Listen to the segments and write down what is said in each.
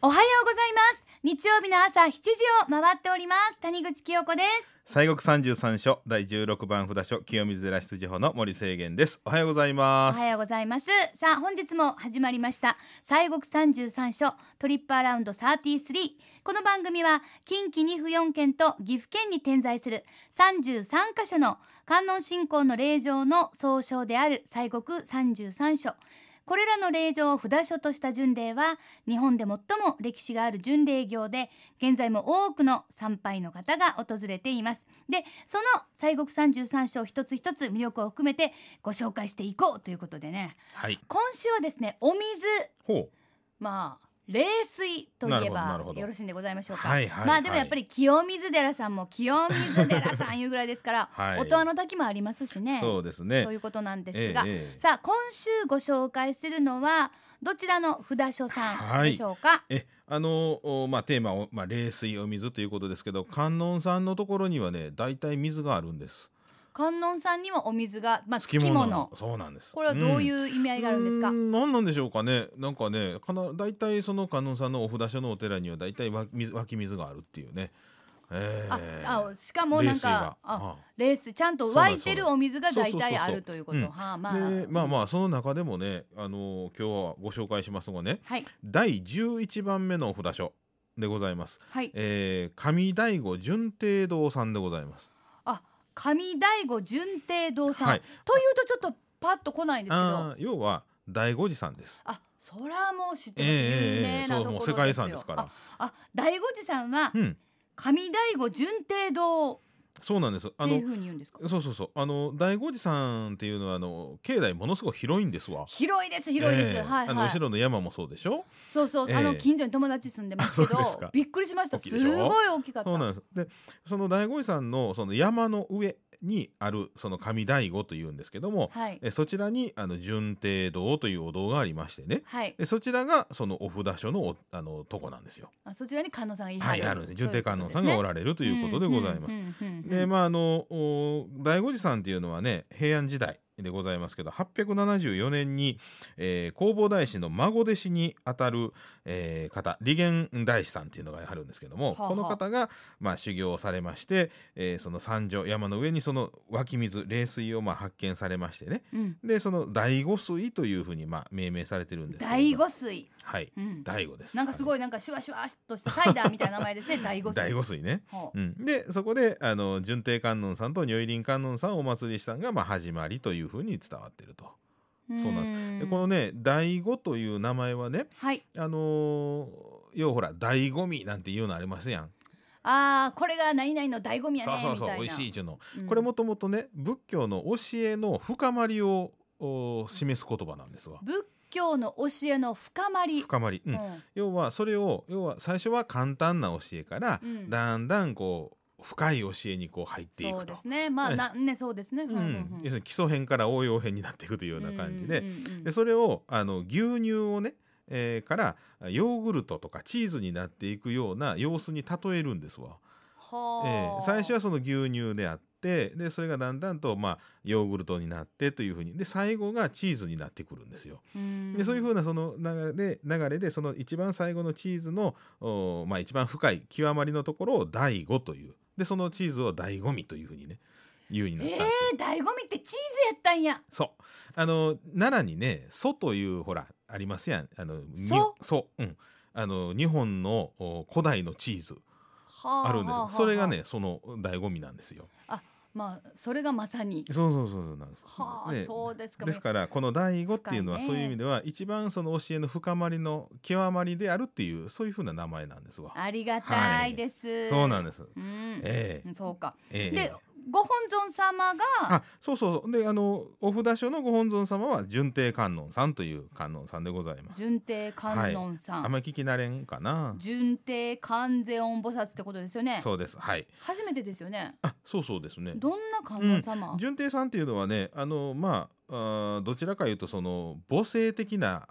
おはようございます。日曜日の朝7時を回っております。谷口清子です。 西国33所第16番札所清水寺出自法の森清源です。おはようございます。 おはようございます。さあ本日も始まりました西国33所トリップアラウンド33。この番組は近畿2府4県と岐阜県に点在する33カ所の観音信仰の霊場の総称である西国33所。これらの霊場を札所とした巡礼は日本で最も歴史がある巡礼業で、現在も多くの参拝の方が訪れています。で、その西国33所一つ一つ魅力を含めてご紹介していこうということでね、 はい、 今週はですね、お水、 ほう、 冷水といえばよろしいんでございましょうか。でもやっぱり清水寺さんも清水寺さんいうぐらいですから、はい、音羽の滝もありますしね。 そうですね。 ということなんですが、さあ今週ご紹介するのはどちらの札所さんでしょうか。 テーマを、冷水お水ということですけど、観音さんのところにはね、だいたい水があるんです。 観音さんにはお水が、つきもの。 そうなんです。 これはどういう意味合いがあるんですか。 何なんでしょうかね。なんかね、だいたいその観音さんのお札所のお寺にはだいたい湧き水があるっていうね。 しかもなんか冷水ちゃんと湧いてるお水がだいたいあるということ。 その中でもね、今日はご紹介しますがね、 はい、 第11番目のお札所でございます。 はい、 上醍醐順帝堂さんでございます。 上醍醐順帝堂さん、というとちょっとパッと来ないんですけど、 要は醍醐寺さんです。 そらもう知ってます、有名なところですよ。 世界遺産ですから。 醍醐寺さんは、上醍醐順帝堂、 そうなんです。 っていう風に言うんですか。 そう醍醐寺さんっていうのは境内ものすごく広いんですわ。 広いです。後ろの山もそうでしょ。 近所に友達住んでますけどびっくりしました。すごい大きかった。 そうなんです。でその醍醐寺さんのその山の上にあるその上醍醐というんですけども、そちらに順帝堂というお堂がありましてね、そちらがそのお札所のとこなんですよ。 そちらに観音さんがいる、 順帝観音さんがおられるということでございます。で醍醐寺さんっていうのはね、平安時代でございますけど、874年に、弘法大師の孫弟子にあたる、方、利元大師さんっていうのがあるんですけども、この方が、修行をされまして、その山上山の上にその湧き水冷水を発見されましてね、でその醍醐水というふうに命名されてるんですけど、 醍醐水、 醍醐です。 なんかすごいなんかシュワシュワっとしたサイダーみたいな名前ですね。醍醐水。 醍醐水ね。でそこで順帝観音さんと如意輪観音さんをお祭りしたのが始まりというふうに伝わっていると。そうなんです。でこのね醍醐という名前はね、要はほら醍醐味なんていうのありますやん。 これが何々の醍醐味やねみたいな。 美味しいっていうの、これもともとね仏教の教えの深まりを示す言葉なんですわ。 仏教の教えの深まり、 要はそれを最初は簡単な教えから、だんだんこう深い教えにこう入っていくと。 そうですね。そうですね。 要するに基礎編から応用編になっていくというような感じで、それを牛乳をね、からヨーグルトとかチーズになっていくような様子に例えるんですわ。最初はその牛乳であって、でそれがだんだんとヨーグルトになってというふうに、で最後がチーズになってくるんですよ。でそういうふうなその流れでその一番最後のチーズの一番深い極まりのところを醍醐という、でそのチーズを醍醐味というふうにね言うになったんですよ。 醍醐味ってチーズやったんや。 そう奈良にね蘇というほらありますやん。蘇、日本の古代のチーズあるんです。それがねその醍醐味なんですよ。 それがまさにそうなんです。 そうですか。 ですからこの醍醐っていうのはそういう意味では一番その教えの深まりの極まりであるっていう、そういうふうな名前なんですわ。 ありがたいです。 そうなんです。 そうか。でご本尊様がでお札所のご本尊様は順帝観音さんという観音さんでございます。 順帝観音さん、 あんまり聞き慣れんかな。 順帝観世音菩薩ってことですよね。 そうです。 初めてですよね。 そうですね。 どんな観音様。 順帝さんっていうのはねどちらかいうとその母性的な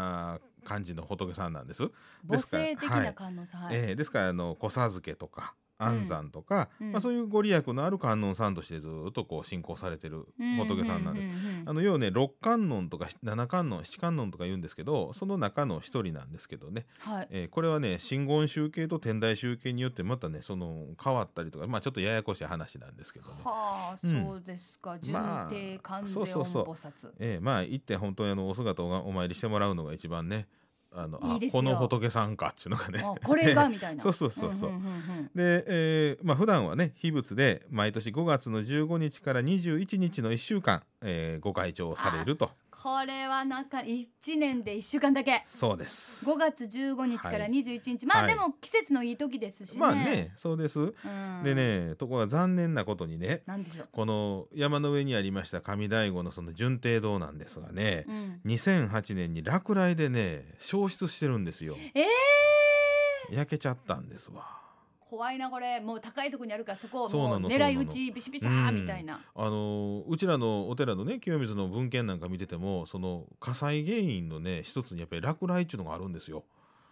感じの仏さんなんです。 母性的な観音さん。 ですから子授けとか安産とか、そういうご利益のある観音さんとしてずっとこう信仰されてる仏さんなんです。要はね六観音とか七観音七観音とか言うんですけど、その中の一人なんですけどね、これはね真言宗系と天台宗系によってまたねその変わったりとか、ちょっとややこしい話なんですけどね。 そうですか。純定観世音菩薩、 行って本当にお姿をお参りしてもらうのが一番ね、 いいですよ。 この仏さんかっていうのがねこれがみたいなそうで、普段はね秘仏で毎年5月の15日から21日の1週間、ご開帳されると。 これはなんか1年で1週間だけ。 そうです。 5月15日から21日、でも季節のいい時ですしね。 そうです、でね、ところが残念なことにね、 なんでしょう、 この山の上にありました上醍醐のその純定堂なんですがね、2008年に落雷でね消失してるんですよ。焼けちゃったんですわ。 怖いなこれ。もう高いところにあるからそこをもう狙い撃ちビシビシーみたいな。 うちらのお寺のね清水の文献なんか見てても、その火災原因のね一つにやっぱり落雷っていうのがあるんですよ。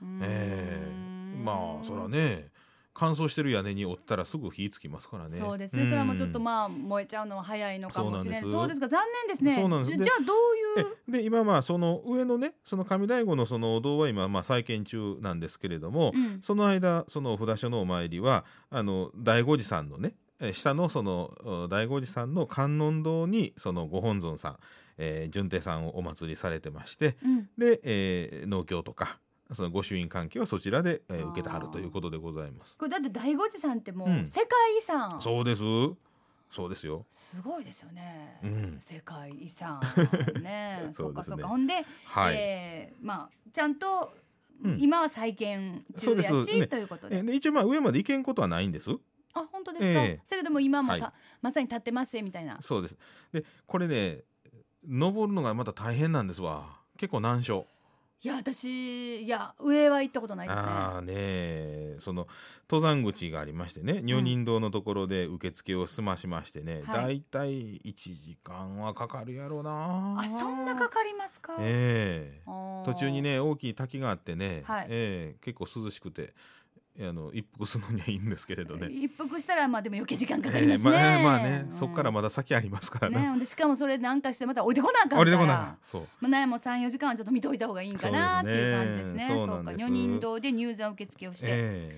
そらね乾燥してる屋根に折ったらすぐ火つきますからね。 そうですね、それはもうちょっと燃えちゃうのは早いのかもしれない。そうですか、残念ですね。 そうなんです。 じゃあどういうで今その上のねその上醍醐のそのお堂は今再建中なんですけれども、その間その札所のお参りは醍醐寺さんのね下のその醍醐寺さんの観音堂にそのご本尊さん、純定さんをお祭りされてまして、で、農協とかその御朱印関係はそちらで、受けてはるということでございます。 これだって醍醐寺さんってもう世界遺産、 そうですよ。 すごいですよね、世界遺産ねそうかそうか。ほんで、ちゃんと今は再建中やし、ということで、 一応上まで行けんことはないんです。 本当ですか。それでも今もまさに立ってますみたいな。 そうです。でこれね登るのがまた大変なんですわ。結構難所。 私上は行ったことないですね。その登山口がありましてね、女人堂のところで受付を済ましましてね、だいたい1時間はかかるやろうな。 そんなかかりますか。 途中にね大きい滝があってね、結構涼しくて一服するのにはいいんですけれどね。 一服したらでも余計時間かかりますね。 そっからまだ先ありますからね。 しかもそれなんかしてまた降りてこなあかんから。降りてこな。そう。もう 3,4 時間はちょっと見といた方がいいんかなっていう感じですね。そうか。女人堂で入山受付をして。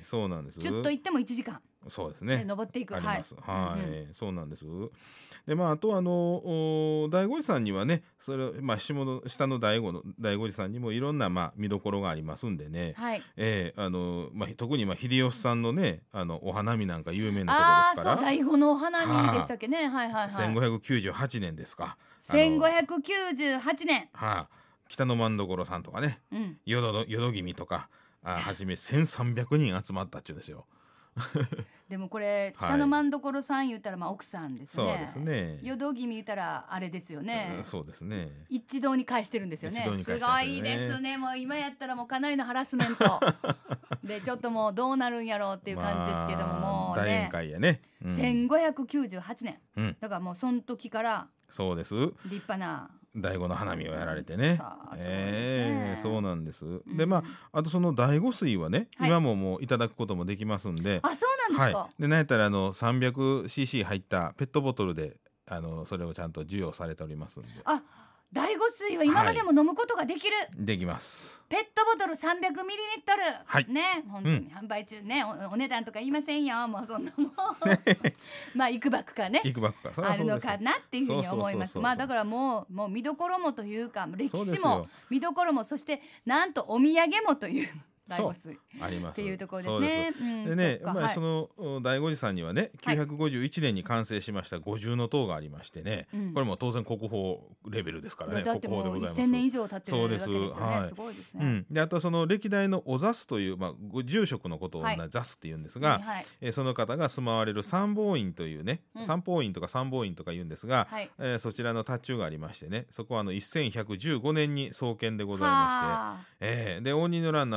そうなんです。 ちょっと行っても1時間。 そうですね。 登っていく。 そうなんです。であと醍醐寺さんにはね、それ下の醍醐寺さんにもいろんな見どころがありますんでね。特に秀吉さんのねお花見なんか有名なところですから。 醍醐のお花見でしたっけね。 1598年ですか。 1598年。 北の万所さんとかね、淀君とかはじめ1300人集まったっちゅうんですよ。 でもこれ北の万所さん言ったら奥さんですね。 そうですね。 淀君言ったらあれですよね。 そうですね。 一堂に会してるんですよね。すごいですね。もう今やったらもうかなりのハラスメントでちょっともうどうなるんやろうっていう感じですけども、 大宴会やね。 1598年。だからもうその時からそうです。 立派な醍醐の花見をやられてね。そうなんです。であとその醍醐水はね、今もういただくこともできますんで。 そうなんですか。 でなんやったら300cc 入ったペットボトルでそれをちゃんと授与されておりますんで。 醍醐水は今までも飲むことができる。 できます。 ペットボトル 300ml ね、本当に販売中ね。お値段とか言いませんよ。もうそんなもんいくばくかねあるのかなっていうふうに思います。だからもう見どころもというか歴史も見どころも、そしてなんとお土産もという醍醐水ありますっていうところですね。 でね、その醍醐寺さんにはね951年に完成しました五重塔がありましてね、これも当然国宝レベルですからね。 だってもう1000年以上経ってるわけですよね。すごいですね。 であとその歴代のお座主という住職のことを座主って言うんですが、その方が住まわれる三宝院というね、三宝院とか三宝院とか言うんですが、そちらの塔がありましてね、そこは1115年に創建でございまして、で応仁の乱の後ちょっと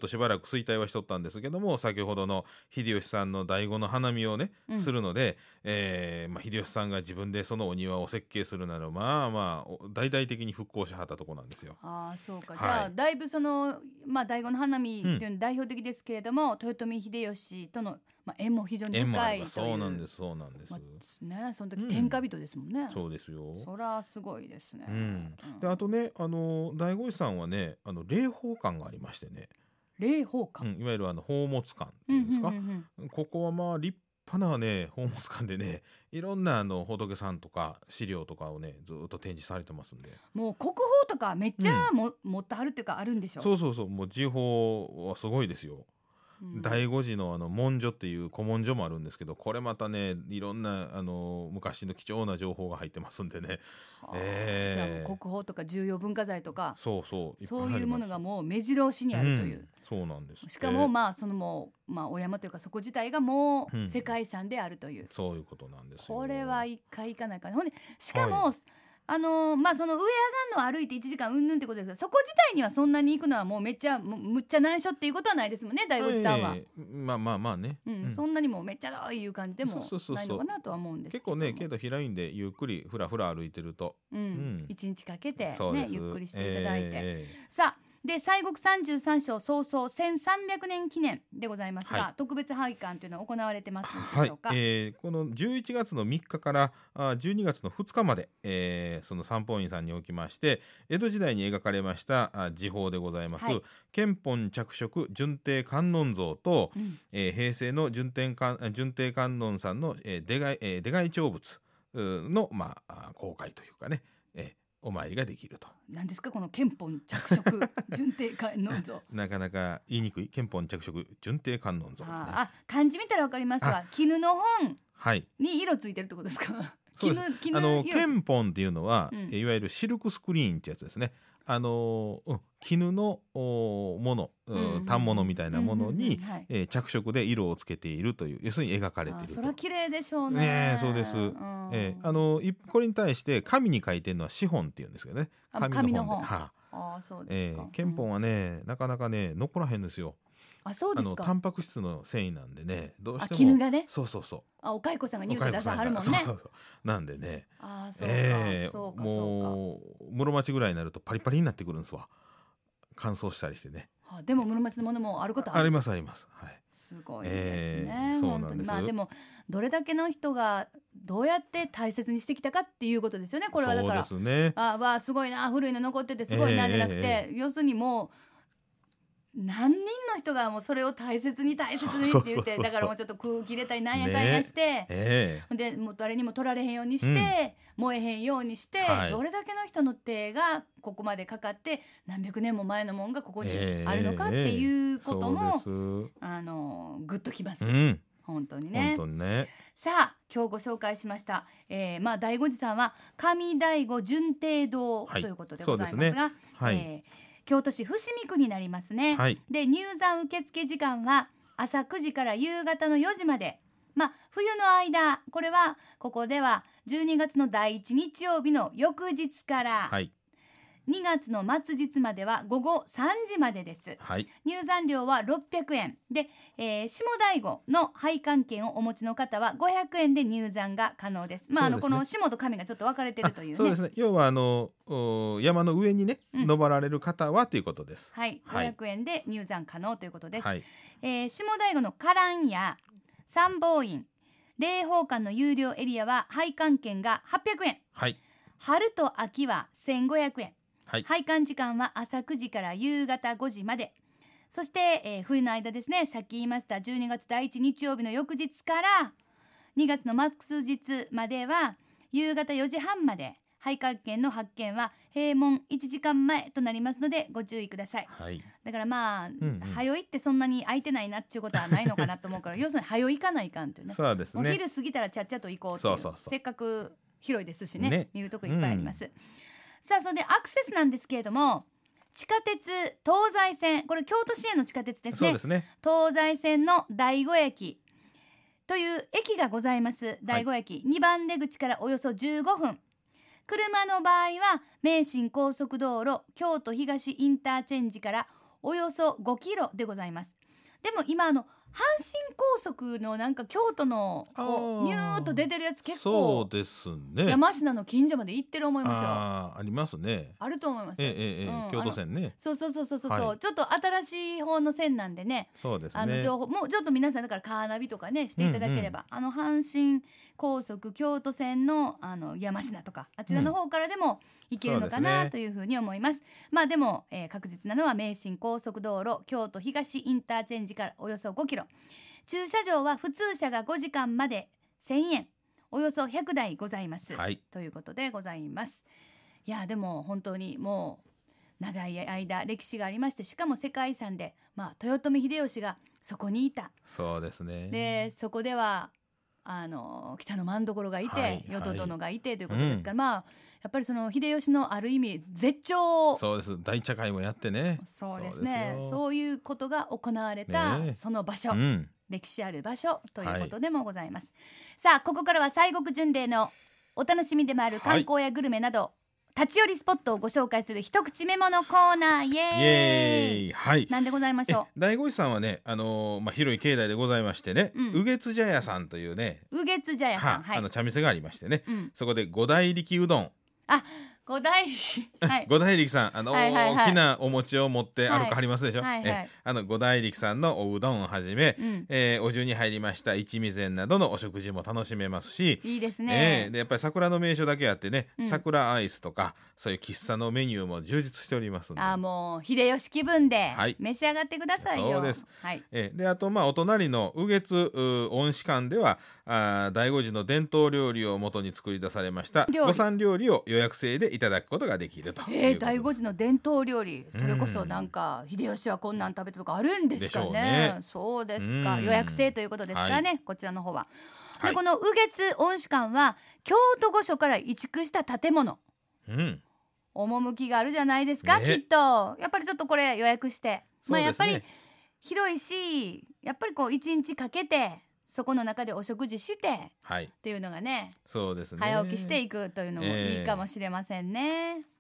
しばらく衰退はしとったんですけども、先ほどの秀吉さんの醍醐の花見をね、するので、秀吉さんが自分でそのお庭を設計するなら大々的に復興しはったとこなんですよ。 ああそうか、じゃあだいぶその醍醐の花見というの代表的ですけれども、豊臣秀吉との縁も非常に深いという。 そうなんですそうなんです、 ね、その時天下人ですもんね。 そうですよ。 そらすごいですね。 であとね、醍醐寺さんはね、霊宝館がありましてね。 霊宝館、 いわゆる宝物館っていうんですか、ここは立派なね宝物館でね、いろんな仏さんとか資料とかをねずっと展示されてますんで、 もう国宝とかめっちゃ持ってはるっていうかあるんでしょ。 そうもう時報はすごいですよ。醍醐寺の文書っていう古文書もあるんですけど、これまたねいろんな昔の貴重な情報が入ってますんでね。 じゃあもう国宝とか重要文化財とかそういうものがもう目白押しにあるという、 そうなんです。 しかもそのもうお山というかそこ自体がもう世界遺産であるという、 そういうことなんですよ。 これは一回行かないかな。ほんでしかも、その上上がんの歩いて1時間うんぬんってことですけど、そこ自体にはそんなに行くのはもうむっちゃ難所っていうことはないですもんね、醍醐寺さんは。 まあね、 そんなにもめっちゃ遠いいう感じでもないのかなとは思うんですけども、 結構ねけど広いんでゆっくりふらふら歩いてると、 1日かけてねゆっくりしていただいて、さあで西国33所創創1300年記念でございますが、特別拝観というのは行われてますでしょうか。 この11月の3日から12月の2日まで、その三宝院さんにおきまして江戸時代に描かれました時報でございます、献本着色順帝観音像と、平成の順帝観音さんの、出外長仏の、公開というかね、お参りができると。 何ですかこの献本着色順帝観音像なかなか言いにくい献本着色順帝観音像、 漢字見たらわかりますわ。絹の本に色ついてるってことですか。 そうです。献本っていうのは、いわゆるシルクスクリーンってやつですね。絹のもの、反物みたいなものに着色で色をつけているという、要するに描かれていると。 それは綺麗でしょうね。 そうです。これに対して紙に書いてるのは紙本っていうんですけどね。 紙の本。そうですか。 献本はねなかなかね残らへんですよ。 そうですか。 タンパク質の繊維なんでね、どうしても絹がね。 そうお蚕さんが乳出さはるもんね。 なんでね、 そうかもう室町ぐらいになるとパリパリになってくるんですわ。乾燥したりしてね。 でも室町のものもあることある。 あります。 すごいですね。 そうなんです。 でもどれだけの人がどうやって大切にしてきたかっていうことですよね。これはだからそうですね。 すごいな、古いの残っててすごいなじゃなくて、要するにもう何人の人がもうそれを大切にって言って、だからもうちょっと空気入れたりなんやかんやして、でもう誰にも取られへんようにして、燃えへんようにして、どれだけの人の手がここまでかかって何百年も前のもんがここにあるのかっていうことも、グッときます、本当にね。さあ今日ご紹介しました、醍醐寺さんは上醍醐順帝堂ということでございますが、京都市伏見区になりますね。で入山受付時間は朝9時から夕方の4時まで、冬の間これはここでは12月の第1日曜日の翌日から、2月の末日までは午後3時までです、入山料は600円で、下醍醐の拝観券をお持ちの方は500円で入山が可能です。この下と上がちょっと分かれてるというね。 そうですね。要は山の上にね、登られる方はということです。 500円で入山可能ということです。下醍醐の花壇や三宝院、霊宝館の有料エリアは拝観券が800円、春と秋は1500円、拝観時間は朝9時から夕方5時まで。そして、冬の間ですね、さっき言いました12月第1日曜日の翌日から2月の末日までは夕方4時半まで。拝観券の発券は閉門1時間前となりますのでご注意ください。だから早いってそんなに空いてないなっていうことはないのかなと思うから要するに早い行かないかんというね。 そうですね。 お昼過ぎたらちゃっちゃと行こうという、せっかく広いですしね、見るとこいっぱいあります。さあそれでアクセスなんですけれども、地下鉄東西線、これ京都市営の地下鉄ですね。 そうですね。 東西線の醍醐駅という駅がございます。醍醐駅、2番出口からおよそ15分。車の場合は名神高速道路京都東インターチェンジからおよそ5キロでございます。でも今阪神高速のなんか京都のこうニューッと出てるやつ結構そうですね。 山科の近所まで行ってる思いますよ。 ありますね。 あると思いますよ。 京都線ね。 そう、はい、ちょっと新しい方の線なんでね。 そうですね。 情報もうちょっと皆さんだからカーナビとかねしていただければ、阪神高速京都線の山科とかあちらの方からでも行けるのかなというふうに思います。まあでも、確実なのは名神高速道路京都東インターチェンジからおよそ5キロ、駐車場は普通車が5時間まで1000円、およそ100台ございます、 はい、 ということでございます。いやでも本当にもう長い間歴史がありまして、しかも世界遺産で、豊臣秀吉がそこにいた。 そうですね。 でそこでは北の政所がいて、淀殿がいてということですから、やっぱりその秀吉のある意味絶頂、 そうです、大茶会もやってね。 そうですね、そういうことが行われた、その場所、歴史ある場所ということでもございます、さあここからは西国巡礼のお楽しみでもある観光やグルメなど、立ち寄りスポットをご紹介する一口メモのコーナー、イエーイ、はい、なんでございましょう。 醍醐寺さんはね、広い境内でございましてね、雨月茶屋さんというね、 雨月茶屋さん、 茶店がありましてね、そこで五大力うどん、 五大力、 五大力さん大きなお餅を持って歩かはりますでしょ。五大力さんのおうどんをはじめ、お重に入りました一味膳などのお食事も楽しめますし、 いいですね、 でやっぱり桜の名所だけあってね、桜アイスとかそういう喫茶のメニューも充実しておりますので、 もう秀吉気分で召し上がってくださいよ。 そうです、であとお隣の雨月恩賜館では醍醐寺の伝統料理を元に作り出されました御膳料理を予約制でいただくことができると。 醍醐寺の伝統料理、それこそなんか秀吉はこんなん食べたとかあるんですか ね。そうですか、予約制ということですからね、こちらの方は。でこの雨月恩賜館は京都御所から移築した建物、趣があるじゃないですか、きっと。やっぱりちょっとこれ予約して、やっぱり広いし、やっぱりこう1日かけてそこの中でお食事して、っていうのがね、 そうですね、 早起きしていくというのもいいかもしれませんね。